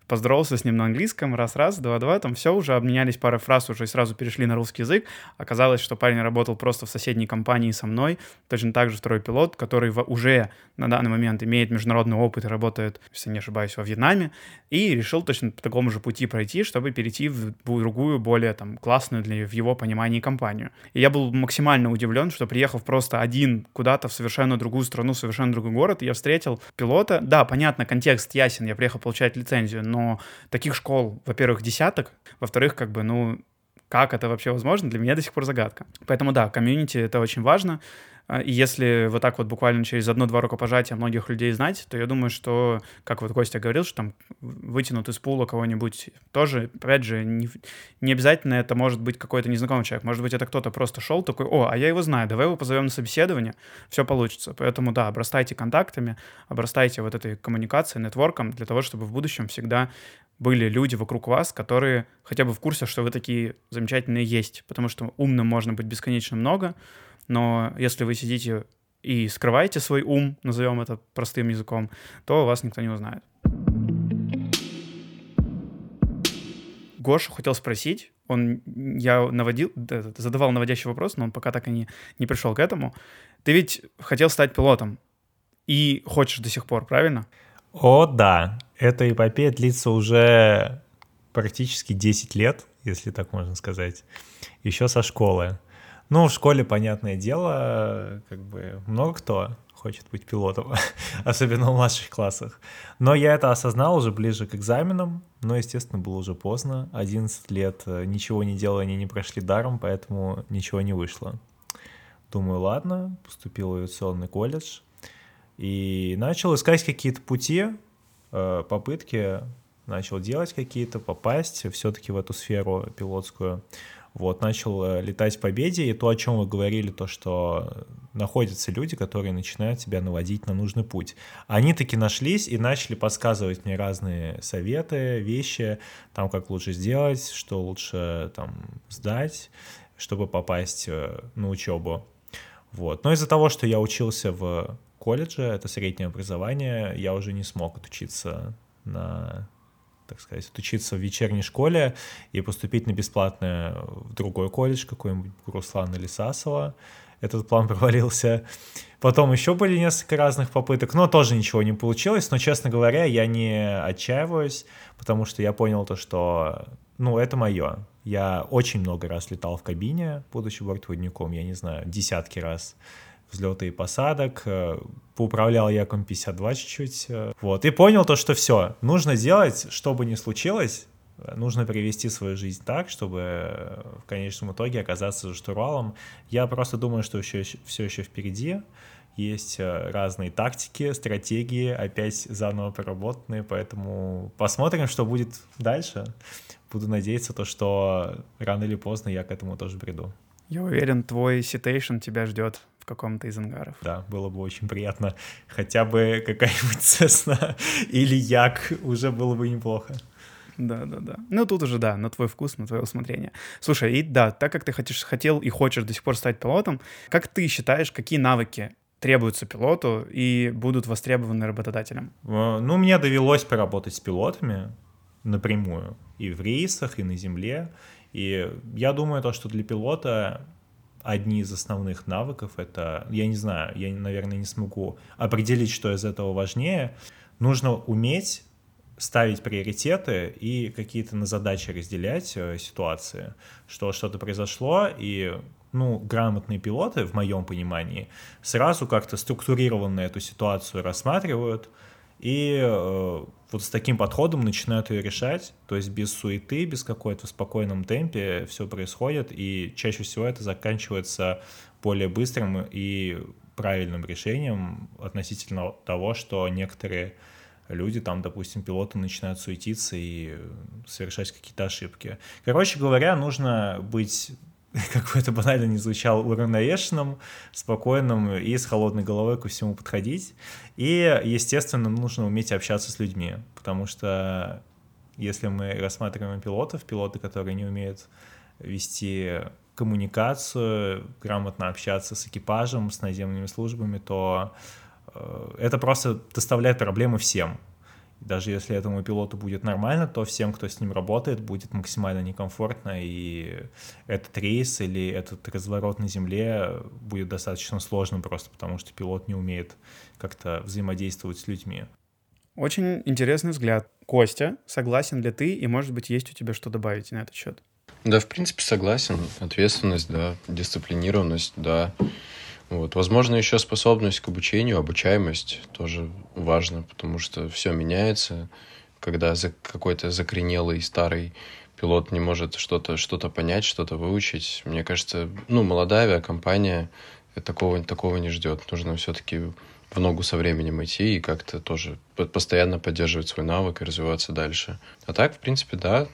поздоровался с ним на английском, раз-раз, два-два, там все, уже обменялись парой фраз, уже сразу перешли на русский язык. Оказалось, что парень работал просто в соседней компании со мной, точно так же второй пилот, который уже на данный момент имеет международный опыт и работает, если не ошибаюсь, во Вьетнаме, и решил точно по такому же пути пройти, чтобы перейти в другую, более там классную в его понимании компанию. И я был максимально удивлен, что приехав просто один куда-то в совершенно другую страну, в совершенно другой город, я встретил пилота. Да, понятно, контекст ясен, я приехал получать лицензию, но таких школ, во-первых, десяток, во-вторых, как бы, ну, как это вообще возможно, для меня до сих пор загадка. Поэтому да, комьюнити — это очень важно. И если вот так вот буквально через 1-2 рукопожатия многих людей знать, то я думаю, что, как вот Костя говорил, что там вытянут из пула кого-нибудь тоже, опять же, не обязательно это может быть какой-то незнакомый человек. Может быть, это кто-то просто шел такой: о, а я его знаю, давай его позовем на собеседование, все получится. Поэтому да, обрастайте контактами, обрастайте вот этой коммуникацией, нетворком, для того, чтобы в будущем всегда были люди вокруг вас, которые хотя бы в курсе, что вы такие замечательные есть. Потому что умным можно быть бесконечно много, но если вы сидите и скрываете свой ум, назовем это простым языком, то вас никто не узнает. Гошу хотел спросить, я задавал наводящий вопрос, но он пока так и не пришел к этому. Ты ведь хотел стать пилотом и хочешь до сих пор, правильно? О, да. Эта эпопея длится уже практически 10 лет, если так можно сказать. Еще со школы. Ну, в школе, понятное дело, как бы много кто хочет быть пилотом, особенно в младших классах. Но я это осознал уже ближе к экзаменам, но, естественно, было уже поздно. 11 лет ничего не делая, они не прошли даром, поэтому ничего не вышло. Думаю, ладно, поступил в авиационный колледж и начал искать какие-то пути, попытки, начал делать какие-то, попасть все-таки в эту сферу пилотскую. Вот, начал летать в Победе, и то, о чем вы говорили, то, что находятся люди, которые начинают тебя наводить на нужный путь. Они таки нашлись и начали подсказывать мне разные советы, вещи, там, как лучше сделать, что лучше там сдать, чтобы попасть на учебу. Вот. Но из-за того, что я учился в колледже, это среднее образование, я уже не смог отучиться отучиться в вечерней школе и поступить на бесплатное в другой колледж, какой-нибудь Руслана или Сасова. Этот план провалился. Потом еще были несколько разных попыток, но тоже ничего не получилось. Но, честно говоря, я не отчаиваюсь, потому что я понял то, что, это мое. Я очень много раз летал в кабине, будучи бортпроводником, я не знаю, десятки раз. Взлеты и посадок, поуправлял я Ком-52 чуть-чуть, вот, и понял то, что все, нужно делать, что бы ни случилось, нужно привести свою жизнь так, чтобы в конечном итоге оказаться за штурвалом. Я просто думаю, что все еще впереди, есть разные тактики, стратегии, опять заново проработанные, поэтому посмотрим, что будет дальше. Буду надеяться, что рано или поздно я к этому тоже приду. Я уверен, твой ситейшн тебя ждет в каком-то из ангаров. Да, было бы очень приятно. Хотя бы какая-нибудь Цесна или Як уже было бы неплохо. Да. Ну, тут уже, да, на твой вкус, на твое усмотрение. Слушай, и да, так как ты хотел и хочешь до сих пор стать пилотом, как ты считаешь, какие навыки требуются пилоту и будут востребованы работодателем? Мне довелось поработать с пилотами напрямую. И в рейсах, и на земле. И я думаю, что для пилота одни из основных навыков — это, я не знаю, я, наверное, не смогу определить, что из этого важнее. Нужно уметь ставить приоритеты и какие-то на задачи разделять ситуации, что что-то произошло, и грамотные пилоты, в моем понимании, сразу как-то структурированно эту ситуацию рассматривают и вот с таким подходом начинают ее решать, то есть без суеты, без какой-то в спокойном темпе все происходит, и чаще всего это заканчивается более быстрым и правильным решением относительно того, что некоторые люди, там, допустим, пилоты начинают суетиться и совершать какие-то ошибки. Короче говоря, нужно быть, как бы это банально ни звучало, уравновешенным, спокойным и с холодной головой ко всему подходить. И, естественно, нужно уметь общаться с людьми, потому что если мы рассматриваем пилоты, которые не умеют вести коммуникацию, грамотно общаться с экипажем, с наземными службами, то это просто доставляет проблемы всем. Даже если этому пилоту будет нормально, то всем, кто с ним работает, будет максимально некомфортно, и этот рейс или этот разворот на земле будет достаточно сложным просто потому, что пилот не умеет как-то взаимодействовать с людьми. Очень интересный взгляд. Костя, согласен ли ты, и, может быть, есть у тебя что добавить на этот счет? Да, в принципе, согласен. Ответственность, да, дисциплинированность, да. Вот. Возможно, еще способность к обучению, обучаемость тоже важно, потому что все меняется. Когда какой-то закоренелый старый пилот не может что-то понять, что-то выучить, мне кажется, молодая авиакомпания такого не ждет. Нужно все-таки в ногу со временем идти и как-то тоже постоянно поддерживать свой навык и развиваться дальше. А так, в принципе, да.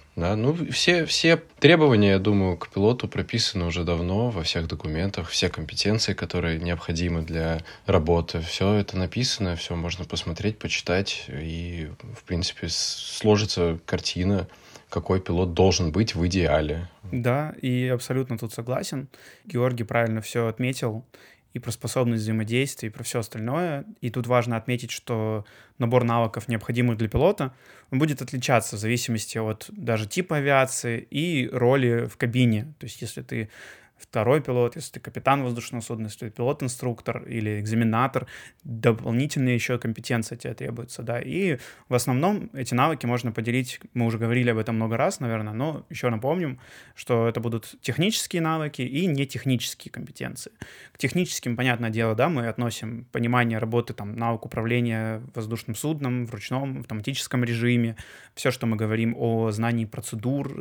Все требования, я думаю, к пилоту прописаны уже давно во всех документах, все компетенции, которые необходимы для работы, все это написано, все можно посмотреть, почитать, и, в принципе, сложится картина, какой пилот должен быть в идеале. Да, и абсолютно тут согласен. Георгий правильно все отметил. И про способность взаимодействия, и про все остальное. И тут важно отметить, что набор навыков, необходимых для пилота, он будет отличаться в зависимости от даже типа авиации и роли в кабине. То есть если ты второй пилот, если ты капитан воздушного судна, если ты пилот-инструктор или экзаменатор, дополнительные еще компетенции тебе требуются, да, и в основном эти навыки можно поделить, мы уже говорили об этом много раз, наверное, но еще напомним, что это будут технические навыки и нетехнические компетенции. К техническим, понятное дело, да, мы относим понимание работы, там, навык управления воздушным судном в ручном автоматическом режиме, все, что мы говорим о знании процедур,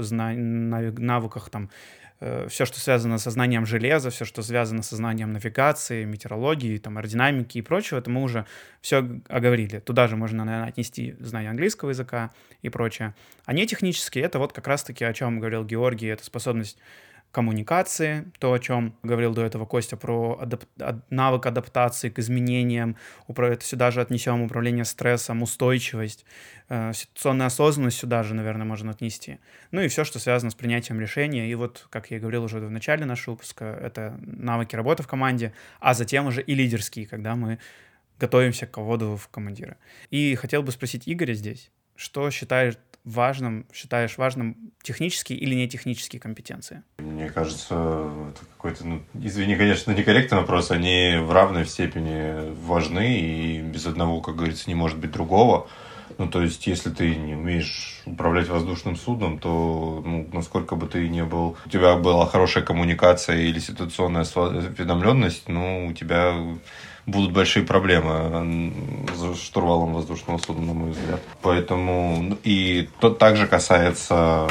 навыках, там, все, что связано со знанием железа, все, что связано со знанием навигации, метеорологии, там, аэродинамики и прочего, это мы уже все оговорили. Туда же можно, наверное, отнести знание английского языка и прочее. А не технические — это вот как раз-таки, о чем говорил Георгий, это способность коммуникации, то, о чем говорил до этого Костя, про навык адаптации к изменениям, это сюда же отнесем управление стрессом, устойчивость, ситуационная осознанность сюда же, наверное, можно отнести. Ну и все, что связано с принятием решения. И вот, как я говорил уже в начале нашего выпуска, это навыки работы в команде, а затем уже и лидерские, когда мы готовимся к вводу в командиры. И хотел бы спросить Игоря здесь, что считаешь важным технические или нетехнические компетенции? Мне кажется, это какой-то, извини, конечно, некорректный вопрос, они в равной степени важны, и без одного, как говорится, не может быть другого. То есть, если ты не умеешь управлять воздушным судном, то, насколько бы ты ни был, у тебя была хорошая коммуникация или ситуационная осведомленность, у тебя будут большие проблемы за штурвалом воздушного судна, на мой взгляд. Поэтому и то также касается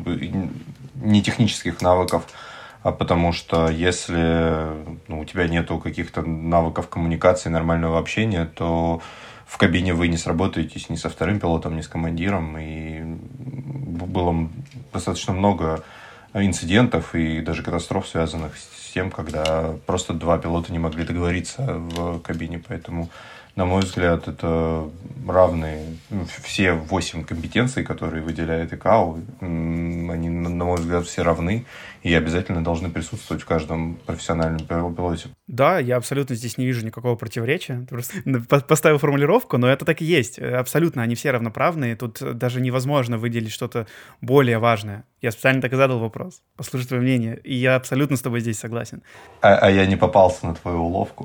не технических навыков, потому что если у тебя нету каких-то навыков коммуникации, нормального общения, то в кабине вы не сработаетесь ни со вторым пилотом, ни с командиром. И было достаточно много инцидентов и даже катастроф, связанных с тем, когда просто два пилота не могли договориться в кабине. Поэтому, на мой взгляд, это равные все 8 компетенций, которые выделяет ИКАО, они, на мой взгляд, все равны и обязательно должны присутствовать в каждом профессиональном пилоте. Да, я абсолютно здесь не вижу никакого противоречия. Ты просто поставил формулировку, но это так и есть. Абсолютно, они все равноправные. Тут даже невозможно выделить что-то более важное. Я специально так и задал вопрос. Послушай твое мнение. И я абсолютно с тобой здесь согласен. А я не попался на твою уловку.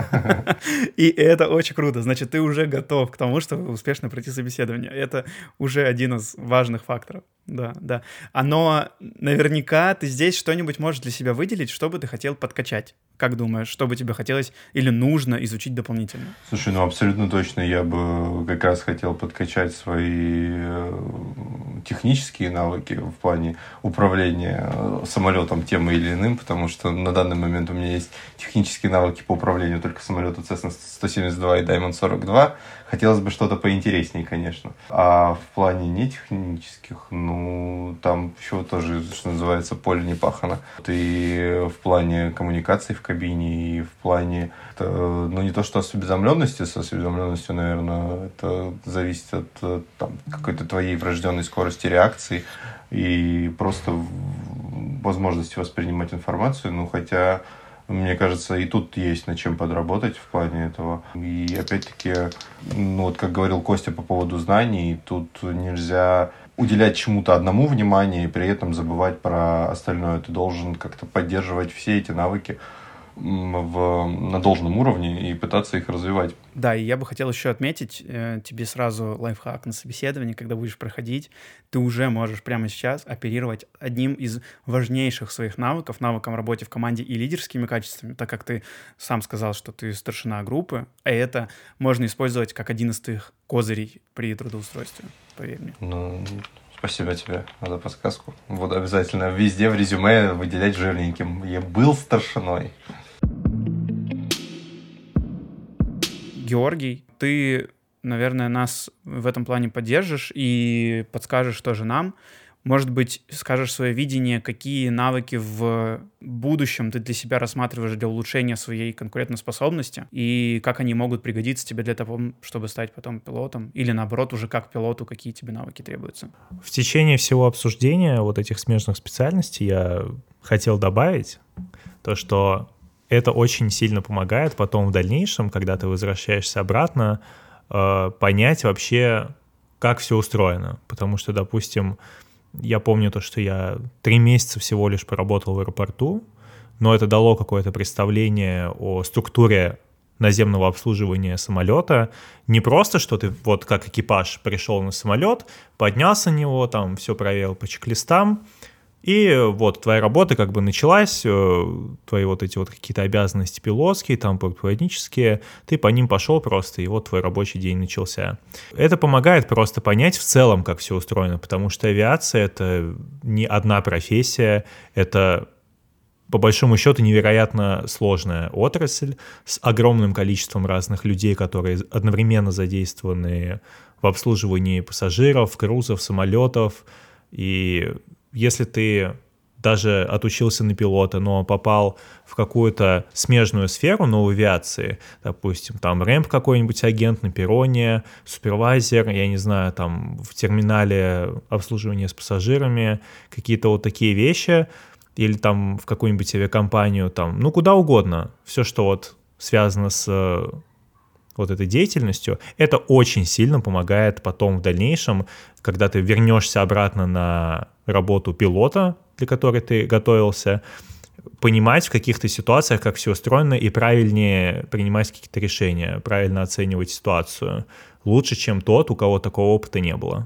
И это очень круто. Значит, ты уже готов к тому, чтобы успешно пройти собеседование. Это уже один из важных факторов. Да, да. Но наверняка ты здесь что-нибудь можешь для себя выделить, что бы ты хотел подкачать. Как думаешь, что бы тебе хотелось или нужно изучить дополнительно? Слушай, абсолютно точно я бы как раз хотел подкачать свои технические навыки в плане управления самолетом тем или иным, потому что на данный момент у меня есть технические навыки по управлению только самолету Cessna 172 и Diamond 42. Хотелось бы что-то поинтереснее, конечно. А в плане нетехнических, там еще тоже, что называется, поле не пахано. И в плане коммуникации в кабине, и в плане, не то что осведомленности, с осведомленностью, наверное, это зависит от какой-то твоей врожденной скорости реакции и просто возможности воспринимать информацию. Хотя Мне кажется, и тут есть над чем подработать в плане этого. И опять-таки, ну вот как говорил Костя по поводу знаний, тут нельзя уделять чему-то одному внимание и при этом забывать про остальное. Ты должен как-то поддерживать все эти навыки на должном уровне и пытаться их развивать. Да, и я бы хотел еще отметить тебе сразу лайфхак на собеседовании, когда будешь проходить, ты уже можешь прямо сейчас оперировать одним из важнейших своих навыков, навыком работы в команде и лидерскими качествами, так как ты сам сказал, что ты старшина группы, а это можно использовать как один из твоих козырей при трудоустройстве, поверь мне. Ну, спасибо тебе за подсказку. Буду обязательно везде в резюме выделять жирненьким. Я был старшиной. Георгий, ты, наверное, нас в этом плане поддержишь и подскажешь тоже нам. Может быть, скажешь свое видение, какие навыки в будущем ты для себя рассматриваешь для улучшения своей конкурентоспособности и как они могут пригодиться тебе для того, чтобы стать потом пилотом, или наоборот, уже как пилоту, какие тебе навыки требуются. В течение всего обсуждения вот этих смежных специальностей я хотел добавить то, что это очень сильно помогает потом в дальнейшем, когда ты возвращаешься обратно, понять вообще, как все устроено. Потому что, допустим, я помню то, что я 3 месяца всего лишь поработал в аэропорту, но это дало какое-то представление о структуре наземного обслуживания самолета. Не просто, что ты вот как экипаж пришел на самолет, поднялся на него, там все проверил по чек-листам, и вот твоя работа как бы началась, твои вот эти вот какие-то обязанности пилотские, там полководнические, ты по ним пошел просто, и вот твой рабочий день начался. Это помогает просто понять в целом, как все устроено, потому что авиация — это не одна профессия, это по большому счету невероятно сложная отрасль с огромным количеством разных людей, которые одновременно задействованы в обслуживании пассажиров, грузов, самолетов, и если ты даже отучился на пилота, но попал в какую-то смежную сферу, но в авиации, допустим, там рэмп какой-нибудь агент на перроне, супервайзер, я не знаю, там в терминале обслуживания с пассажирами, какие-то вот такие вещи, или там в какую-нибудь авиакомпанию, там, ну, куда угодно, все, что вот связано с вот этой деятельностью, это очень сильно помогает потом в дальнейшем, когда ты вернешься обратно на работу пилота, для которой ты готовился, понимать в каких-то ситуациях, как все устроено, и правильнее принимать какие-то решения, правильно оценивать ситуацию. Лучше, чем тот, у кого такого опыта не было.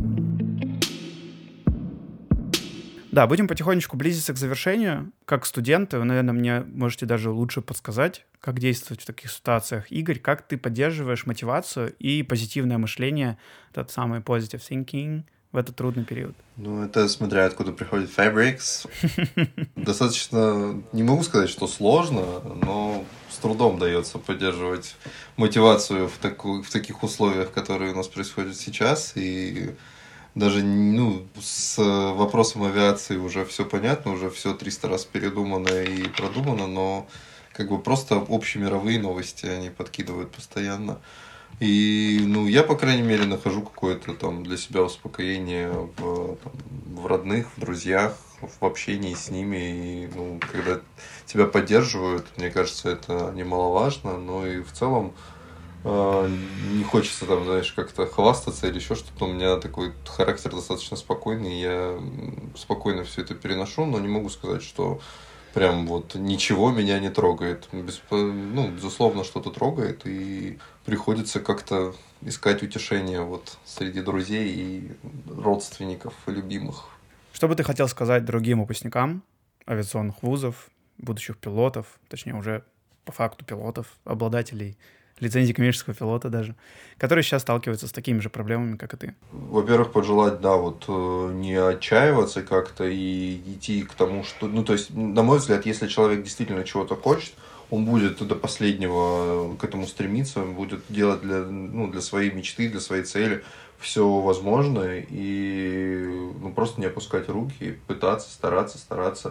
Да, будем потихонечку близиться к завершению. Как студенты, вы, наверное, мне можете даже лучше подсказать, как действовать в таких ситуациях. Игорь, как ты поддерживаешь мотивацию и позитивное мышление, тот самый positive thinking, в этот трудный период? Ну, это смотря откуда приходит Fabrics. Достаточно, не могу сказать, что сложно, но с трудом дается поддерживать мотивацию в таких условиях, которые у нас происходят сейчас. И даже с вопросом авиации уже все понятно, уже все 300 раз передумано и продумано, но как бы просто общемировые новости они подкидывают постоянно. И, я, по крайней мере, нахожу какое-то там для себя успокоение в родных, в друзьях, в общении с ними. И, когда тебя поддерживают, мне кажется, это немаловажно. Но и в целом не хочется там, знаешь, как-то хвастаться или еще что-то. У меня такой характер достаточно спокойный, я спокойно все это переношу, но не могу сказать, что прям вот ничего меня не трогает. Безусловно, что-то трогает, и приходится как-то искать утешение вот среди друзей и родственников, и любимых. Что бы ты хотел сказать другим выпускникам авиационных вузов, будущих пилотов, точнее уже по факту пилотов, обладателей лицензии коммерческого пилота даже, которые сейчас сталкиваются с такими же проблемами, как и ты? Во-первых, пожелать, не отчаиваться как-то и идти к тому, что... то есть, на мой взгляд, если человек действительно чего-то хочет, он будет до последнего к этому стремиться, он будет делать для своей мечты, для своей цели все возможное, и просто не опускать руки, пытаться, стараться.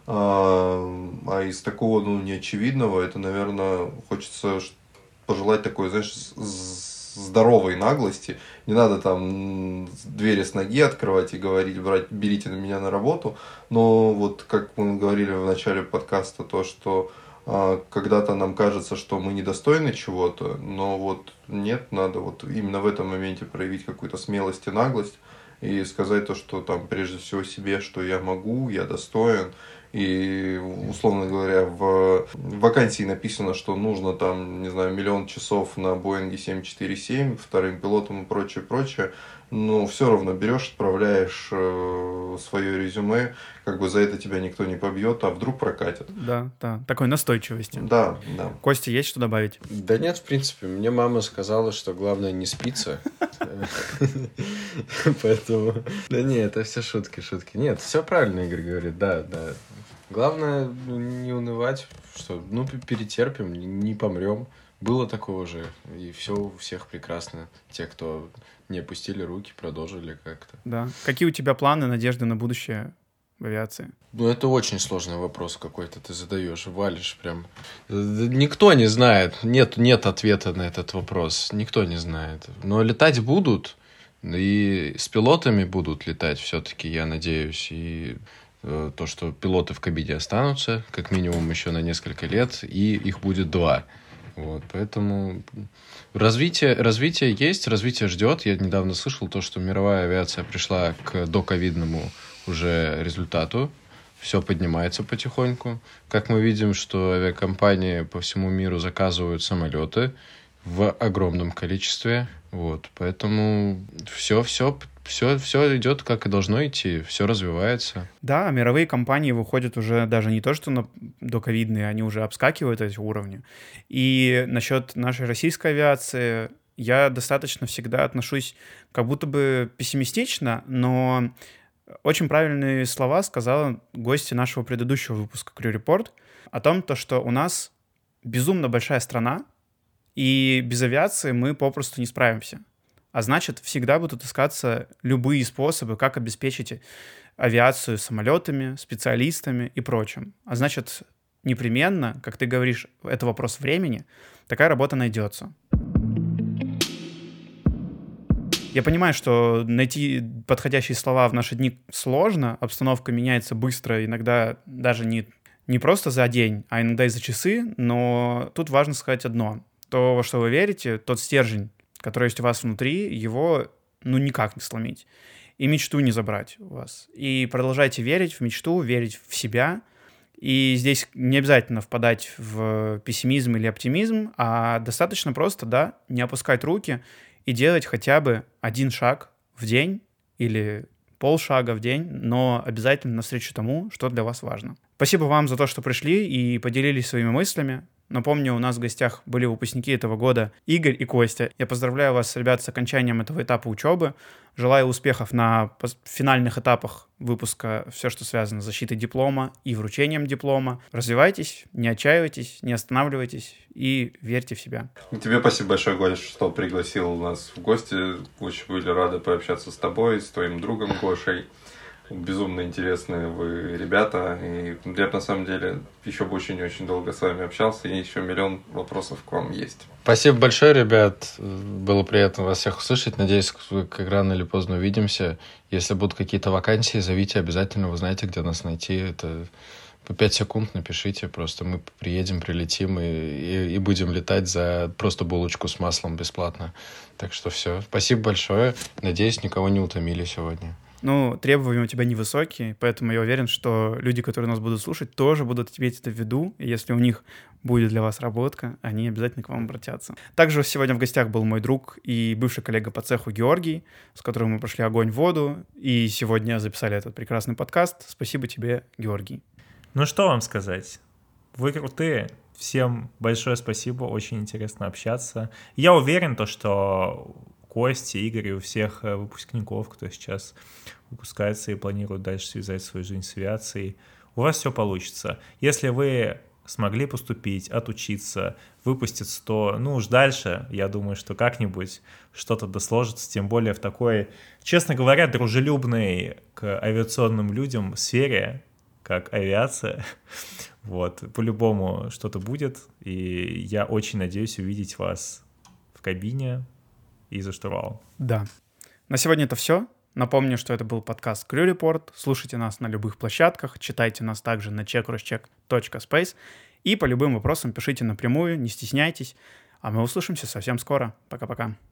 А из такого, неочевидного, это, наверное, хочется пожелать такой, знаешь, здоровой наглости. Не надо там двери с ноги открывать и говорить: берите меня на работу. Но вот как мы говорили в начале подкаста, то, что когда-то нам кажется, что мы недостойны чего-то, но вот нет, надо вот именно в этом моменте проявить какую-то смелость и наглость и сказать то, что там прежде всего себе, что я могу, я достоин. И, условно говоря, в вакансии написано, что нужно там, не знаю, 1 000 000 часов на Боинге 747, вторым пилотом и прочее, прочее. Но все равно берешь, отправляешь свое резюме, как бы за это тебя никто не побьет, а вдруг прокатит. Да, такой настойчивости. Да. Костя, есть что добавить? Да нет, в принципе, мне мама сказала, что главное не спиться. Поэтому... Да нет, это все шутки. Нет, все правильно Игорь говорит, да. Главное не унывать, что перетерпим, не помрем. Было такое же, и все у всех прекрасно. Те, кто не опустили руки, продолжили как-то. Да. Какие у тебя планы, надежды на будущее в авиации? Это очень сложный вопрос какой-то ты задаешь, валишь прям. Никто не знает, нет ответа на этот вопрос, никто не знает. Но летать будут, и с пилотами будут летать все-таки, я надеюсь, и то, что пилоты в кабине останутся, как минимум еще на несколько лет, и их будет 2. Вот, поэтому развитие есть, развитие ждет. Я недавно слышал то, что мировая авиация пришла к доковидному уже результату. Все поднимается потихоньку. Как мы видим, что авиакомпании по всему миру заказывают самолеты в огромном количестве. Вот, поэтому все идет, как и должно идти, все развивается. Да, мировые компании выходят уже даже не то, что на доковидные, они уже обскакивают эти уровни. И насчет нашей российской авиации я достаточно всегда отношусь как будто бы пессимистично, но очень правильные слова сказала гостья нашего предыдущего выпуска Crew Report о том, что у нас безумно большая страна, и без авиации мы попросту не справимся. А значит, всегда будут искаться любые способы, как обеспечить авиацию самолетами, специалистами и прочим. А значит, непременно, как ты говоришь, это вопрос времени, такая работа найдется. Я понимаю, что найти подходящие слова в наши дни сложно, обстановка меняется быстро, иногда даже не просто за день, а иногда и за часы, но тут важно сказать одно. То, во что вы верите, тот стержень, который есть у вас внутри, его никак не сломить. И мечту не забрать у вас. И продолжайте верить в мечту, верить в себя. И здесь не обязательно впадать в пессимизм или оптимизм, а достаточно просто, не опускать руки и делать хотя бы 1 шаг в день или полшага в день, но обязательно навстречу тому, что для вас важно. Спасибо вам за то, что пришли и поделились своими мыслями. Напомню, у нас в гостях были выпускники этого года Игорь и Костя. Я поздравляю вас, ребят, с окончанием этого этапа учебы. Желаю успехов на финальных этапах выпуска, все, что связано с защитой диплома и вручением диплома. Развивайтесь, не отчаивайтесь, не останавливайтесь и верьте в себя. Тебе спасибо большое, Гош, что пригласил нас в гости. Очень были рады пообщаться с тобой, с твоим другом Гошей. Безумно интересные вы ребята, и я на самом деле еще бы очень долго с вами общался, и еще 1 000 000 вопросов к вам есть. Спасибо большое, ребят, было приятно вас всех услышать, надеюсь, как рано или поздно увидимся. Если будут какие-то вакансии, зовите обязательно, вы знаете, где нас найти, это по 5 секунд напишите, просто мы приедем, прилетим и будем летать за просто булочку с маслом бесплатно. Так что все, спасибо большое, надеюсь, никого не утомили сегодня. Требования у тебя невысокие, поэтому я уверен, что люди, которые нас будут слушать, тоже будут иметь это в виду. И если у них будет для вас работка, они обязательно к вам обратятся. Также сегодня в гостях был мой друг и бывший коллега по цеху Георгий, с которым мы прошли огонь в воду, и сегодня записали этот прекрасный подкаст. Спасибо тебе, Георгий. Что вам сказать? Вы крутые. Всем большое спасибо, очень интересно общаться. Я уверен, что Кости, Игорь и у всех выпускников, кто сейчас выпускается и планирует дальше связать свою жизнь с авиацией, у вас все получится. Если вы смогли поступить, отучиться, выпуститься, то, уж дальше, я думаю, что как-нибудь что-то досложится, тем более в такой, честно говоря, дружелюбной к авиационным людям сфере, как авиация. Вот, по-любому что-то будет, и я очень надеюсь увидеть вас в кабине и за штурвалом. Да. На сегодня это все. Напомню, что это был подкаст Crew Report. Слушайте нас на любых площадках, читайте нас также на checkruscheck.space И по любым вопросам пишите напрямую, не стесняйтесь. А мы услышимся совсем скоро. Пока-пока.